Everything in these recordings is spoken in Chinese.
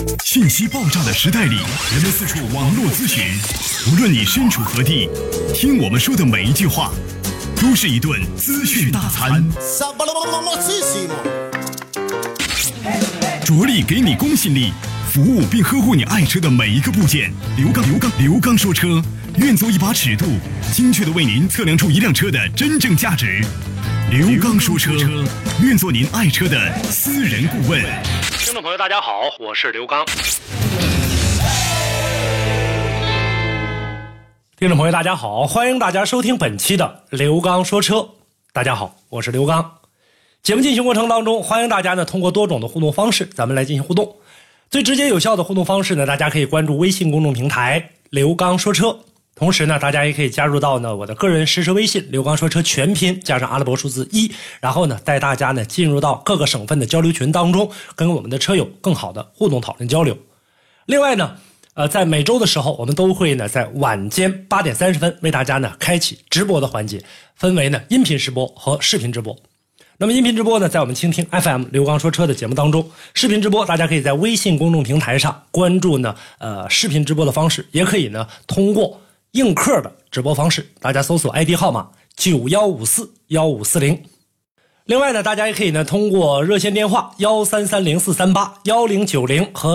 信息爆炸的时代里，人们四处网络咨询，无论你身处何地，听我们说的每一句话，都是一顿资讯大餐。着力给你公信力，服务并呵护你爱车的每一个部件。刘刚说车，愿做一把尺度，精确的为您测量出一辆车的真正价值。刘刚说车，愿做您爱车的私人顾问。 听众朋友大家好，我是刘刚。听众朋友大家好，欢迎大家收听本期的刘刚说车。大家好，我是刘刚。节目进行过程当中，欢迎大家呢通过多种的互动方式，咱们来进行互动。最直接有效的互动方式呢，大家可以关注微信公众平台刘刚说车，同时呢大家也可以加入到呢我的个人实时微信刘刚说车全拼加上阿拉伯数字1，然后呢带大家呢进入到各个省份的交流群当中，跟我们的车友更好的互动讨论交流。另外呢在每周的时候，我们都会呢在晚间8点30分为大家呢开启直播的环节，分为呢音频直播和视频直播。那么音频直播呢在我们蜻蜓 FM 刘刚说车的节目当中，视频直播大家可以在微信公众平台上关注呢视频直播的方式，也可以呢通过映客的直播方式，大家搜索 ID 号码91541540。另外呢大家也可以呢通过热线电话13304438 1090和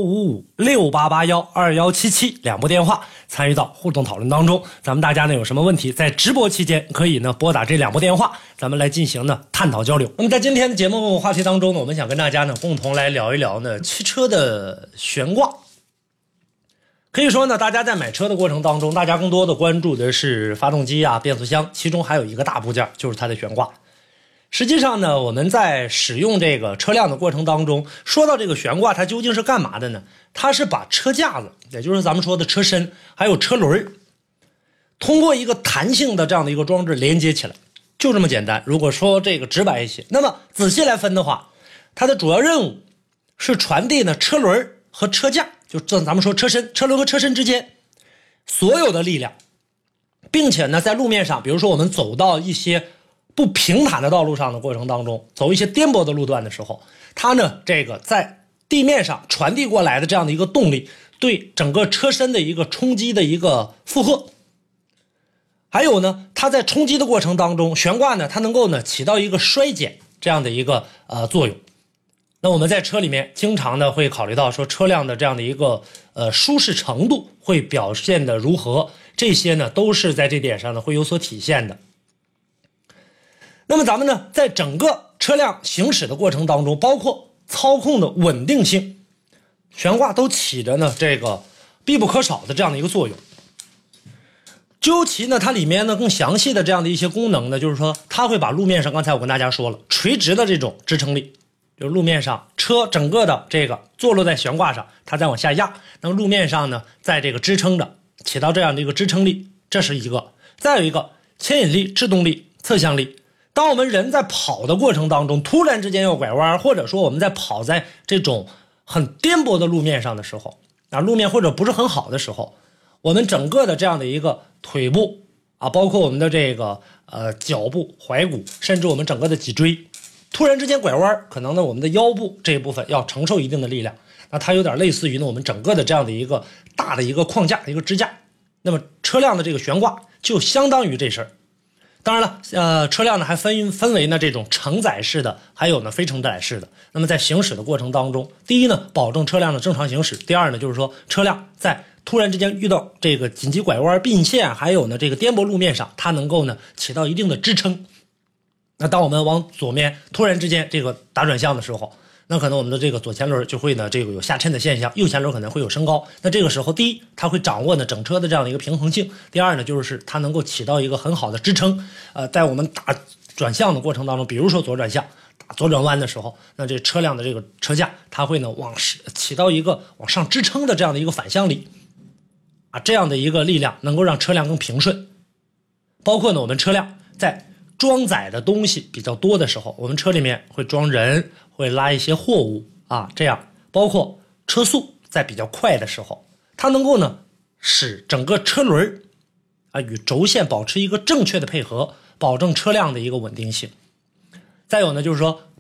15568812177两部电话参与到互动讨论当中。咱们大家呢有什么问题，在直播期间可以呢拨打这两部电话，咱们来进行呢探讨交流。那么在今天的节目话题当中呢，我们想跟大家呢共同来聊一聊呢汽车的悬挂。可以说呢大家在买车的过程当中，大家更多的关注的是发动机啊、变速箱，其中还有一个大部件就是它的悬挂。实际上呢，我们在使用这个车辆的过程当中，说到这个悬挂，它究竟是干嘛的呢？它是把车架子，也就是咱们说的车身，还有车轮，通过一个弹性的这样的一个装置连接起来，就这么简单。如果说这个直白一些，那么仔细来分的话，它的主要任务是传递呢车轮和车架，就咱们说车身、车轮和车身之间所有的力量，并且呢在路面上，比如说我们走到一些不平坦的道路上的过程当中，走一些颠簸的路段的时候，它呢这个在地面上传递过来的这样的一个动力，对整个车身的一个冲击的一个负荷，还有呢它在冲击的过程当中，悬挂呢它能够呢起到一个衰减这样的一个作用。那我们在车里面经常呢会考虑到说车辆的这样的一个舒适程度会表现的如何，这些呢都是在这点上呢会有所体现的。那么咱们呢在整个车辆行驶的过程当中，包括操控的稳定性，悬挂都起着呢这个必不可少的这样的一个作用。究其呢它里面呢更详细的这样的一些功能呢，就是说它会把路面上，刚才我跟大家说了，垂直的这种支撑力，就是路面上车整个的这个坐落在悬挂上，它再往下压，那么路面上呢在这个支撑着，起到这样的一个支撑力，这是一个。再有一个牵引力、制动力、侧向力。当我们人在跑的过程当中，突然之间要拐弯，或者说我们在跑在这种很颠簸的路面上的时候，路面或者不是很好的时候，我们整个的这样的一个腿部包括我们的这个脚部、踝骨，甚至我们整个的脊椎，突然之间拐弯，可能呢我们的腰部这一部分要承受一定的力量，那它有点类似于呢我们整个的这样的一个大的一个框架、一个支架。那么车辆的这个悬挂就相当于这事儿。当然了车辆呢还分为呢这种承载式的，还有呢非承载式的。那么在行驶的过程当中，第一呢保证车辆的正常行驶，第二呢就是说车辆在突然之间遇到这个紧急拐弯、并线，还有呢这个颠簸路面上，它能够呢起到一定的支撑。那当我们往左面突然之间这个打转向的时候，那可能我们的这个左前轮就会呢这个有下沉的现象，右前轮可能会有升高。那这个时候，第一它会掌握呢整车的这样的一个平衡性，第二呢就是它能够起到一个很好的支撑。在我们打转向的过程当中，比如说左转向、打左转弯的时候，那这车辆的这个车架它会呢起到一个往上支撑的这样的一个反向力这样的一个力量能够让车辆更平顺。包括呢我们车辆在装载的东西比较多的时候，我们车里面会装人，会拉一些货物这样包括车速在比较快的时候，它能够呢使整个车轮与轴线保持一个正确的配合，保证车辆的一个稳定性。再有呢就是说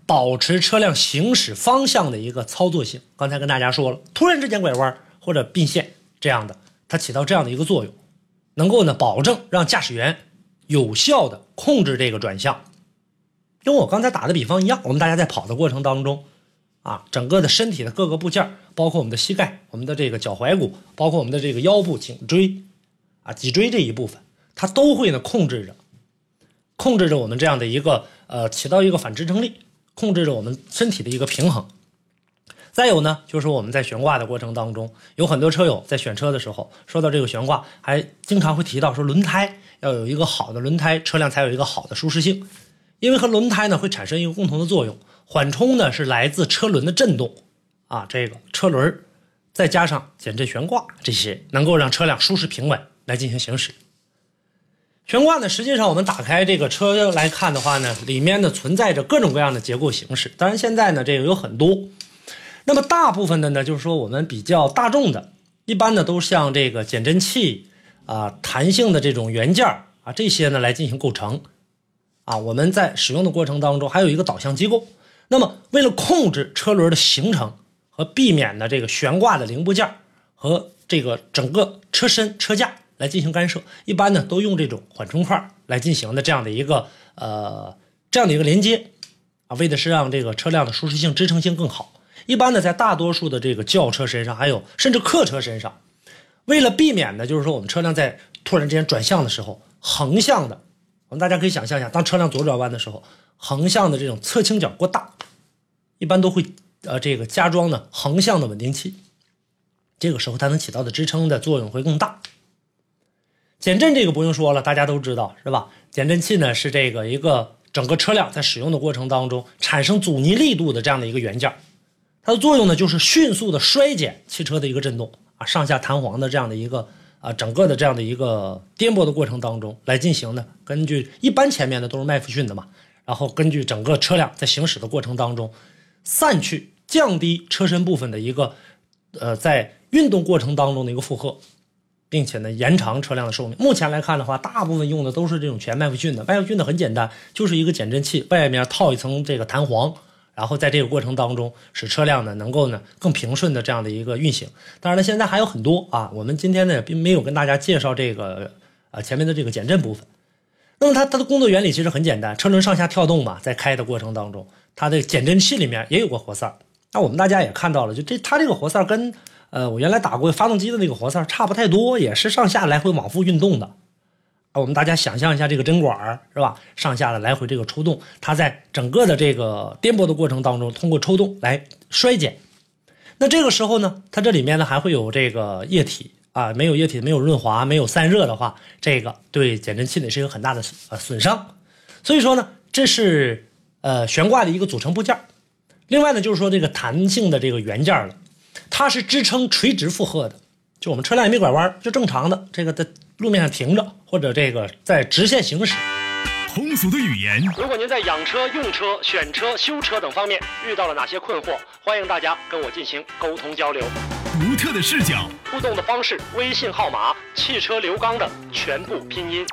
保持车辆行驶方向的一个操作性。刚才跟大家说了，突然之间拐弯或者并线这样的，它起到这样的一个作用，能够呢保证让驾驶员有效的控制这个转向。跟我刚才打的比方一样，我们大家在跑的过程当中整个的身体的各个部件，包括我们的膝盖、我们的这个脚踝骨，包括我们的这个腰部、颈椎脊椎这一部分，它都会呢控制着我们这样的一个起到一个反支撑力，控制着我们身体的一个平衡。再有呢，就是我们在悬挂的过程当中，有很多车友在选车的时候说到这个悬挂，还经常会提到说轮胎要有一个好的轮胎，车辆才有一个好的舒适性。因为和轮胎呢会产生一个共同的作用，缓冲呢是来自车轮的震动这个车轮再加上减震悬挂，这些能够让车辆舒适平稳来进行行驶。悬挂呢，实际上我们打开这个车来看的话呢，里面呢存在着各种各样的结构形式，当然现在呢这个有很多。那么大部分的呢，就是说我们比较大众的，一般呢都像这个减震器弹性的这种元件这些呢来进行构成我们在使用的过程当中还有一个导向机构。那么为了控制车轮的形成和避免的这个悬挂的零部件和这个整个车身车架来进行干涉，一般呢都用这种缓冲块来进行的这样的一个连接为的是让这个车辆的舒适性支撑性更好。一般呢在大多数的这个轿车身上，还有甚至客车身上，为了避免的就是说我们车辆在突然之间转向的时候，横向的，我们大家可以想象一下，当车辆左转弯的时候，横向的这种侧倾角过大，一般都会这个加装呢横向的稳定器，这个时候它能起到的支撑的作用会更大。减震这个不用说了，大家都知道是吧？减震器呢是这个一个整个车辆在使用的过程当中产生阻尼力度的这样的一个元件，它的作用呢就是迅速的衰减汽车的一个震动上下弹簧的这样的一个整个的这样的一个颠簸的过程当中来进行的。根据一般前面的都是麦弗逊的嘛，然后根据整个车辆在行驶的过程当中散去降低车身部分的一个在运动过程当中的一个负荷，并且呢延长车辆的寿命。目前来看的话，大部分用的都是这种全麦弗逊的。麦弗逊的很简单，就是一个减震器，外面套一层这个弹簧，然后在这个过程当中使车辆呢能够呢更平顺的这样的一个运行。当然了，现在还有很多我们今天呢并没有跟大家介绍这个前面的这个减震部分。那么它的工作原理其实很简单，车轮上下跳动嘛，在开的过程当中，它的减震器里面也有个活塞。那我们大家也看到了，它这个活塞跟我原来打过发动机的那个活塞差不太多，也是上下来回往复运动的。我们大家想象一下这个针管是吧，上下的来回这个抽动，它在整个的这个颠簸的过程当中通过抽动来衰减。那这个时候呢，它这里面呢还会有这个液体没有液体，没有润滑，没有散热的话，这个对减震器呢是有很大的损伤。所以说呢，这是悬挂的一个组成部件。另外呢，就是说这个弹性的这个元件了，它是支撑垂直负荷的，就我们车辆也没拐弯，就正常的这个在路面上停着，或者这个在直线行驶。 通俗的语言， 如果您在养车、用车、选车、修车等方面遇到了哪些困惑，欢迎大家跟我进行沟通交流。 独特的视角， 互动的方式，微信号码汽车刘刚的全部拼音。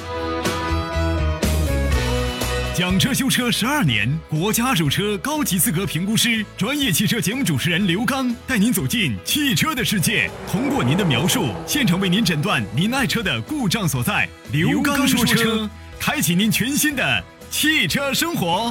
讲车修车12年，国家二手车高级资格评估师，专业汽车节目主持人刘刚带您走进汽车的世界，通过您的描述，现场为您诊断您爱车的故障所在。刘刚说车，开启您全新的汽车生活。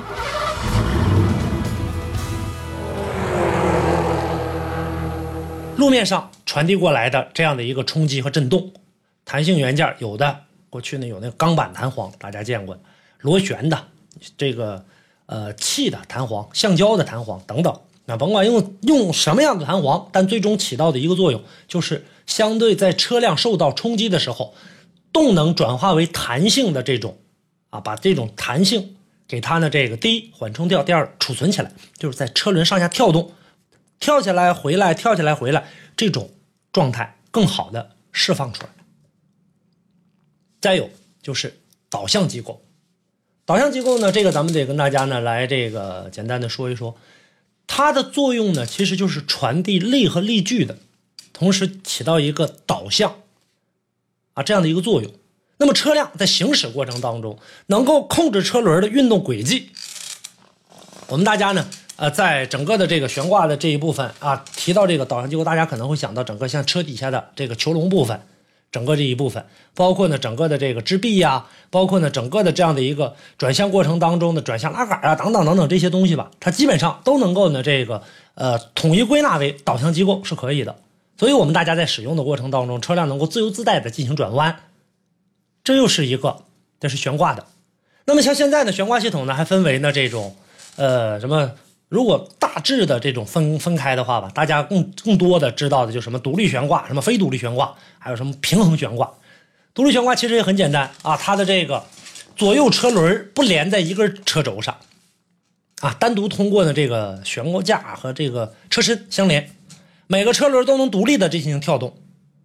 路面上传递过来的这样的一个冲击和震动，弹性元件有的过去呢有那个钢板弹簧，大家见过，螺旋的这个气的弹簧、橡胶的弹簧等等。那甭管用什么样的弹簧，但最终起到的一个作用就是相对在车辆受到冲击的时候，动能转化为弹性的这种把这种弹性给它呢这个第一缓冲掉，第二储存起来，就是在车轮上下跳动，跳起来回来，跳起来回来，这种状态更好的释放出来。再有就是导向机构。导向机构呢，这个咱们得跟大家呢来这个简单的说一说，它的作用呢其实就是传递力和力矩的，同时起到一个导向这样的一个作用。那么车辆在行驶过程当中能够控制车轮的运动轨迹， 我们大家呢，在整个的这个悬挂的这一部分啊，提到这个导向机构，大家可能会想到整个像车底下的这个球笼部分，整个这一部分，包括呢整个的这个支臂呀，包括呢整个的这样的一个转向过程当中的转向拉杆啊，等等等等这些东西吧，它基本上都能够呢这个统一归纳为导向机构是可以的。所以我们大家在使用的过程当中，车辆能够自由自在的进行转弯，这又是一个这是悬挂的。那么像现在的悬挂系统呢，还分为呢这种如果大致的这种分开的话吧，大家更多的知道的就是什么独立悬挂，什么非独立悬挂，还有什么平衡悬挂。独立悬挂其实也很简单啊，它的这个左右车轮不连在一根车轴上啊，单独通过呢这个悬挂架和这个车身相连，每个车轮都能独立的进行跳动。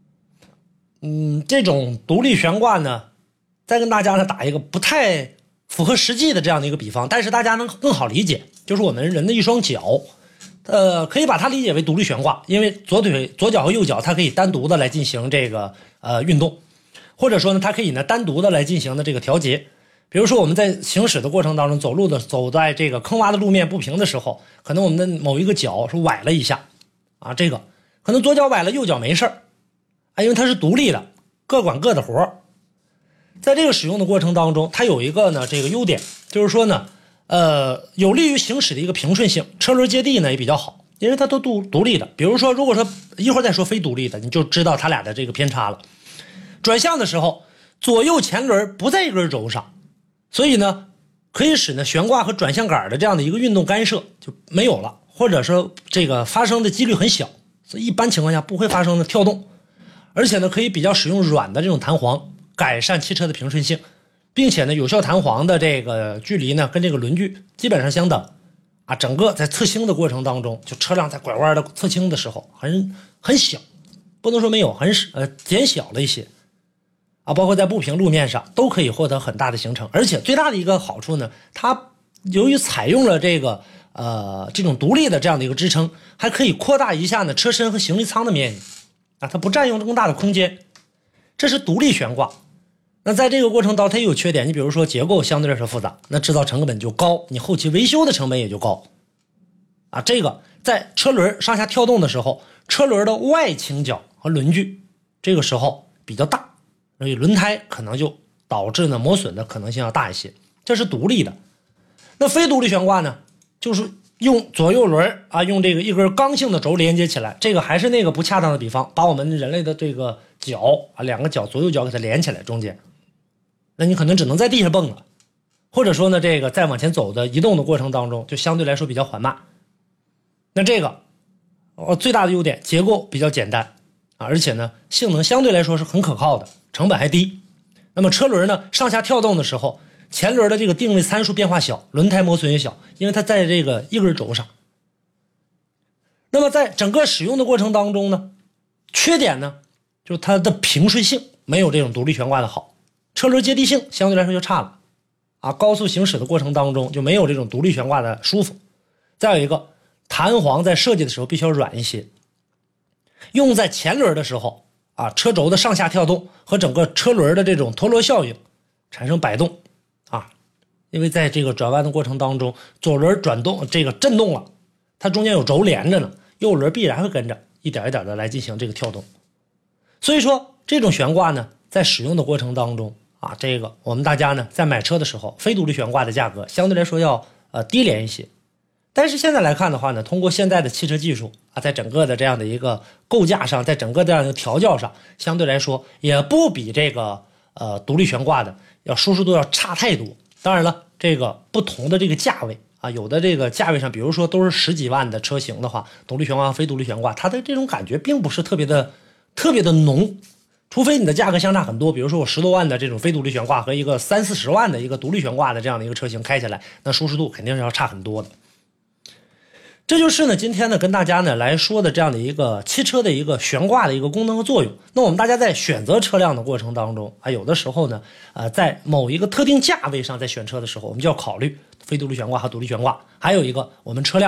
这种独立悬挂呢，再跟大家呢打一个不太符合实际的这样的一个比方，但是大家能更好理解，就是我们人的一双脚，可以把它理解为独立悬挂，因为左脚和右脚它可以单独的来进行这个运动，或者说呢它可以呢单独的来进行的这个调节。比如说我们在行驶的过程当中，走在这个坑洼的路面不平的时候，可能我们的某一个脚是崴了一下啊，这个可能左脚崴了，右脚没事啊，因为它是独立的，各管各的活。在这个使用的过程当中，它有一个呢这个优点，就是说呢有利于行驶的一个平顺性，车轮接地呢也比较好，因为它都独立的。比如说如果说一会儿再说非独立的，你就知道它俩的这个偏差了。转向的时候左右前轮不在一根轴上，所以呢可以使呢悬挂和转向杆的这样的一个运动干涉就没有了，或者说这个发生的几率很小，所以一般情况下不会发生的跳动。而且呢可以比较使用软的这种弹簧，改善汽车的平顺性，并且呢有效弹簧的这个距离呢跟这个轮距基本上相等啊。整个在侧倾的过程当中，就车辆在拐弯的侧倾的时候很小，不能说没有，减小了一些啊。包括在不平路面上都可以获得很大的行程。而且最大的一个好处呢，它由于采用了这种独立的这样的一个支撑，还可以扩大一下呢车身和行李舱的面积啊，它不占用更大的空间。这是独立悬挂。那在这个过程当中它也有缺点，你比如说结构相对来说复杂，那制造成本就高，你后期维修的成本也就高啊。这个在车轮上下跳动的时候，车轮的外倾角和轮距这个时候比较大，所以轮胎可能就导致呢磨损的可能性要大一些。这是独立的。那非独立悬挂呢，就是用左右轮啊，用这个一根刚性的轴连接起来，这个还是那个不恰当的比方，把我们人类的这个脚啊，两个脚左右脚给它连起来中间，那你可能只能在地上蹦了，或者说呢这个在往前走的移动的过程当中就相对来说比较缓慢。那这个最大的优点，结构比较简单啊，而且呢性能相对来说是很可靠的，成本还低。那么车轮呢上下跳动的时候，前轮的这个定位参数变化小，轮胎磨损也小，因为它在这个一根轴上。那么在整个使用的过程当中呢，缺点呢就是它的平顺性没有这种独立悬挂的好，车轮接地性相对来说就差了啊，高速行驶的过程当中就没有这种独立悬挂的舒服。再有一个，弹簧在设计的时候必须要软一些，用在前轮的时候啊，车轴的上下跳动和整个车轮的这种陀螺效应产生摆动啊，因为在这个转弯的过程当中，左轮转动这个震动了，它中间有轴连着呢，右轮必然会跟着一点一点的来进行这个跳动。所以说这种悬挂呢在使用的过程当中啊，这个我们大家呢在买车的时候，非独立悬挂的价格相对来说要低廉一些。但是现在来看的话呢，通过现在的汽车技术啊，在整个的这样的一个构架上，在整个这样的一个调教上，相对来说也不比这个独立悬挂的要舒适度要差太多。当然了，这个不同的这个价位啊，有的这个价位上，比如说都是10几万的车型的话，独立悬挂和非独立悬挂，它的这种感觉并不是特别的浓，除非你的价格相差很多，比如说我10多万的这种非独立悬挂和一个30、40万的一个独立悬挂的这样的一个车型开起来，那舒适度肯定是要差很多的。这就是呢今天呢跟大家呢来说的这样的一个汽车的一个悬挂的一个功能和作用。那我们大家在选择车辆的过程当中啊，有的时候呢在某一个特定价位上在选车的时候，我们就要考虑非独立悬挂和独立悬挂。还有一个，我们车辆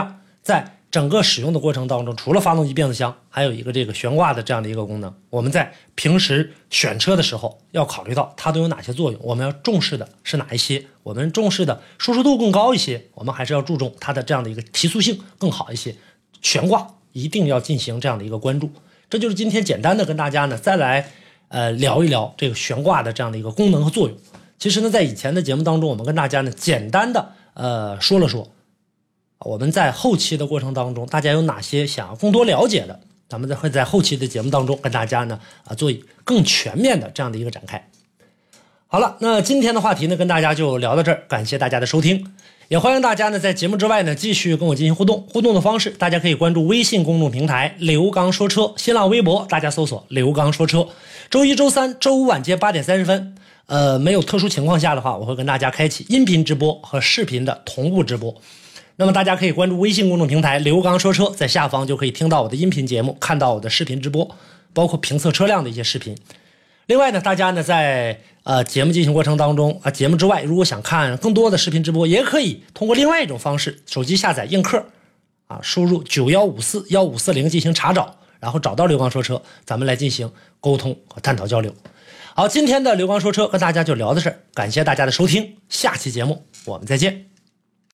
在整个使用的过程当中，除了发动机、变速箱，还有一个这个悬挂的这样的一个功能。我们在平时选车的时候要考虑到它都有哪些作用，我们要重视的是哪一些？我们重视的舒适度更高一些，我们还是要注重它的这样的一个提速性更好一些。悬挂一定要进行这样的一个关注。这就是今天简单的跟大家呢再来聊一聊这个悬挂的这样的一个功能和作用。其实呢，在以前的节目当中，我们跟大家呢简单的说了说。我们在后期的过程当中，大家有哪些想要更多了解的，咱们会在后期的节目当中跟大家呢做更全面的这样的一个展开。好了，那今天的话题呢跟大家就聊到这儿，感谢大家的收听，也欢迎大家呢在节目之外呢继续跟我进行互动。互动的方式，大家可以关注微信公众平台刘刚说车，新浪微博大家搜索刘刚说车。周一、周三、周五晚间8点30分，没有特殊情况下的话，我会跟大家开启音频直播和视频的同步直播。那么大家可以关注微信公众平台刘刚说车，在下方就可以听到我的音频节目，看到我的视频直播，包括评测车辆的一些视频。另外呢，大家呢在节目进行过程当中节目之外，如果想看更多的视频直播，也可以通过另外一种方式，手机下载映客输入91541540进行查找，然后找到刘刚说车，咱们来进行沟通和探讨交流。好，今天的刘刚说车跟大家就聊到这儿，感谢大家的收听，下期节目我们再见。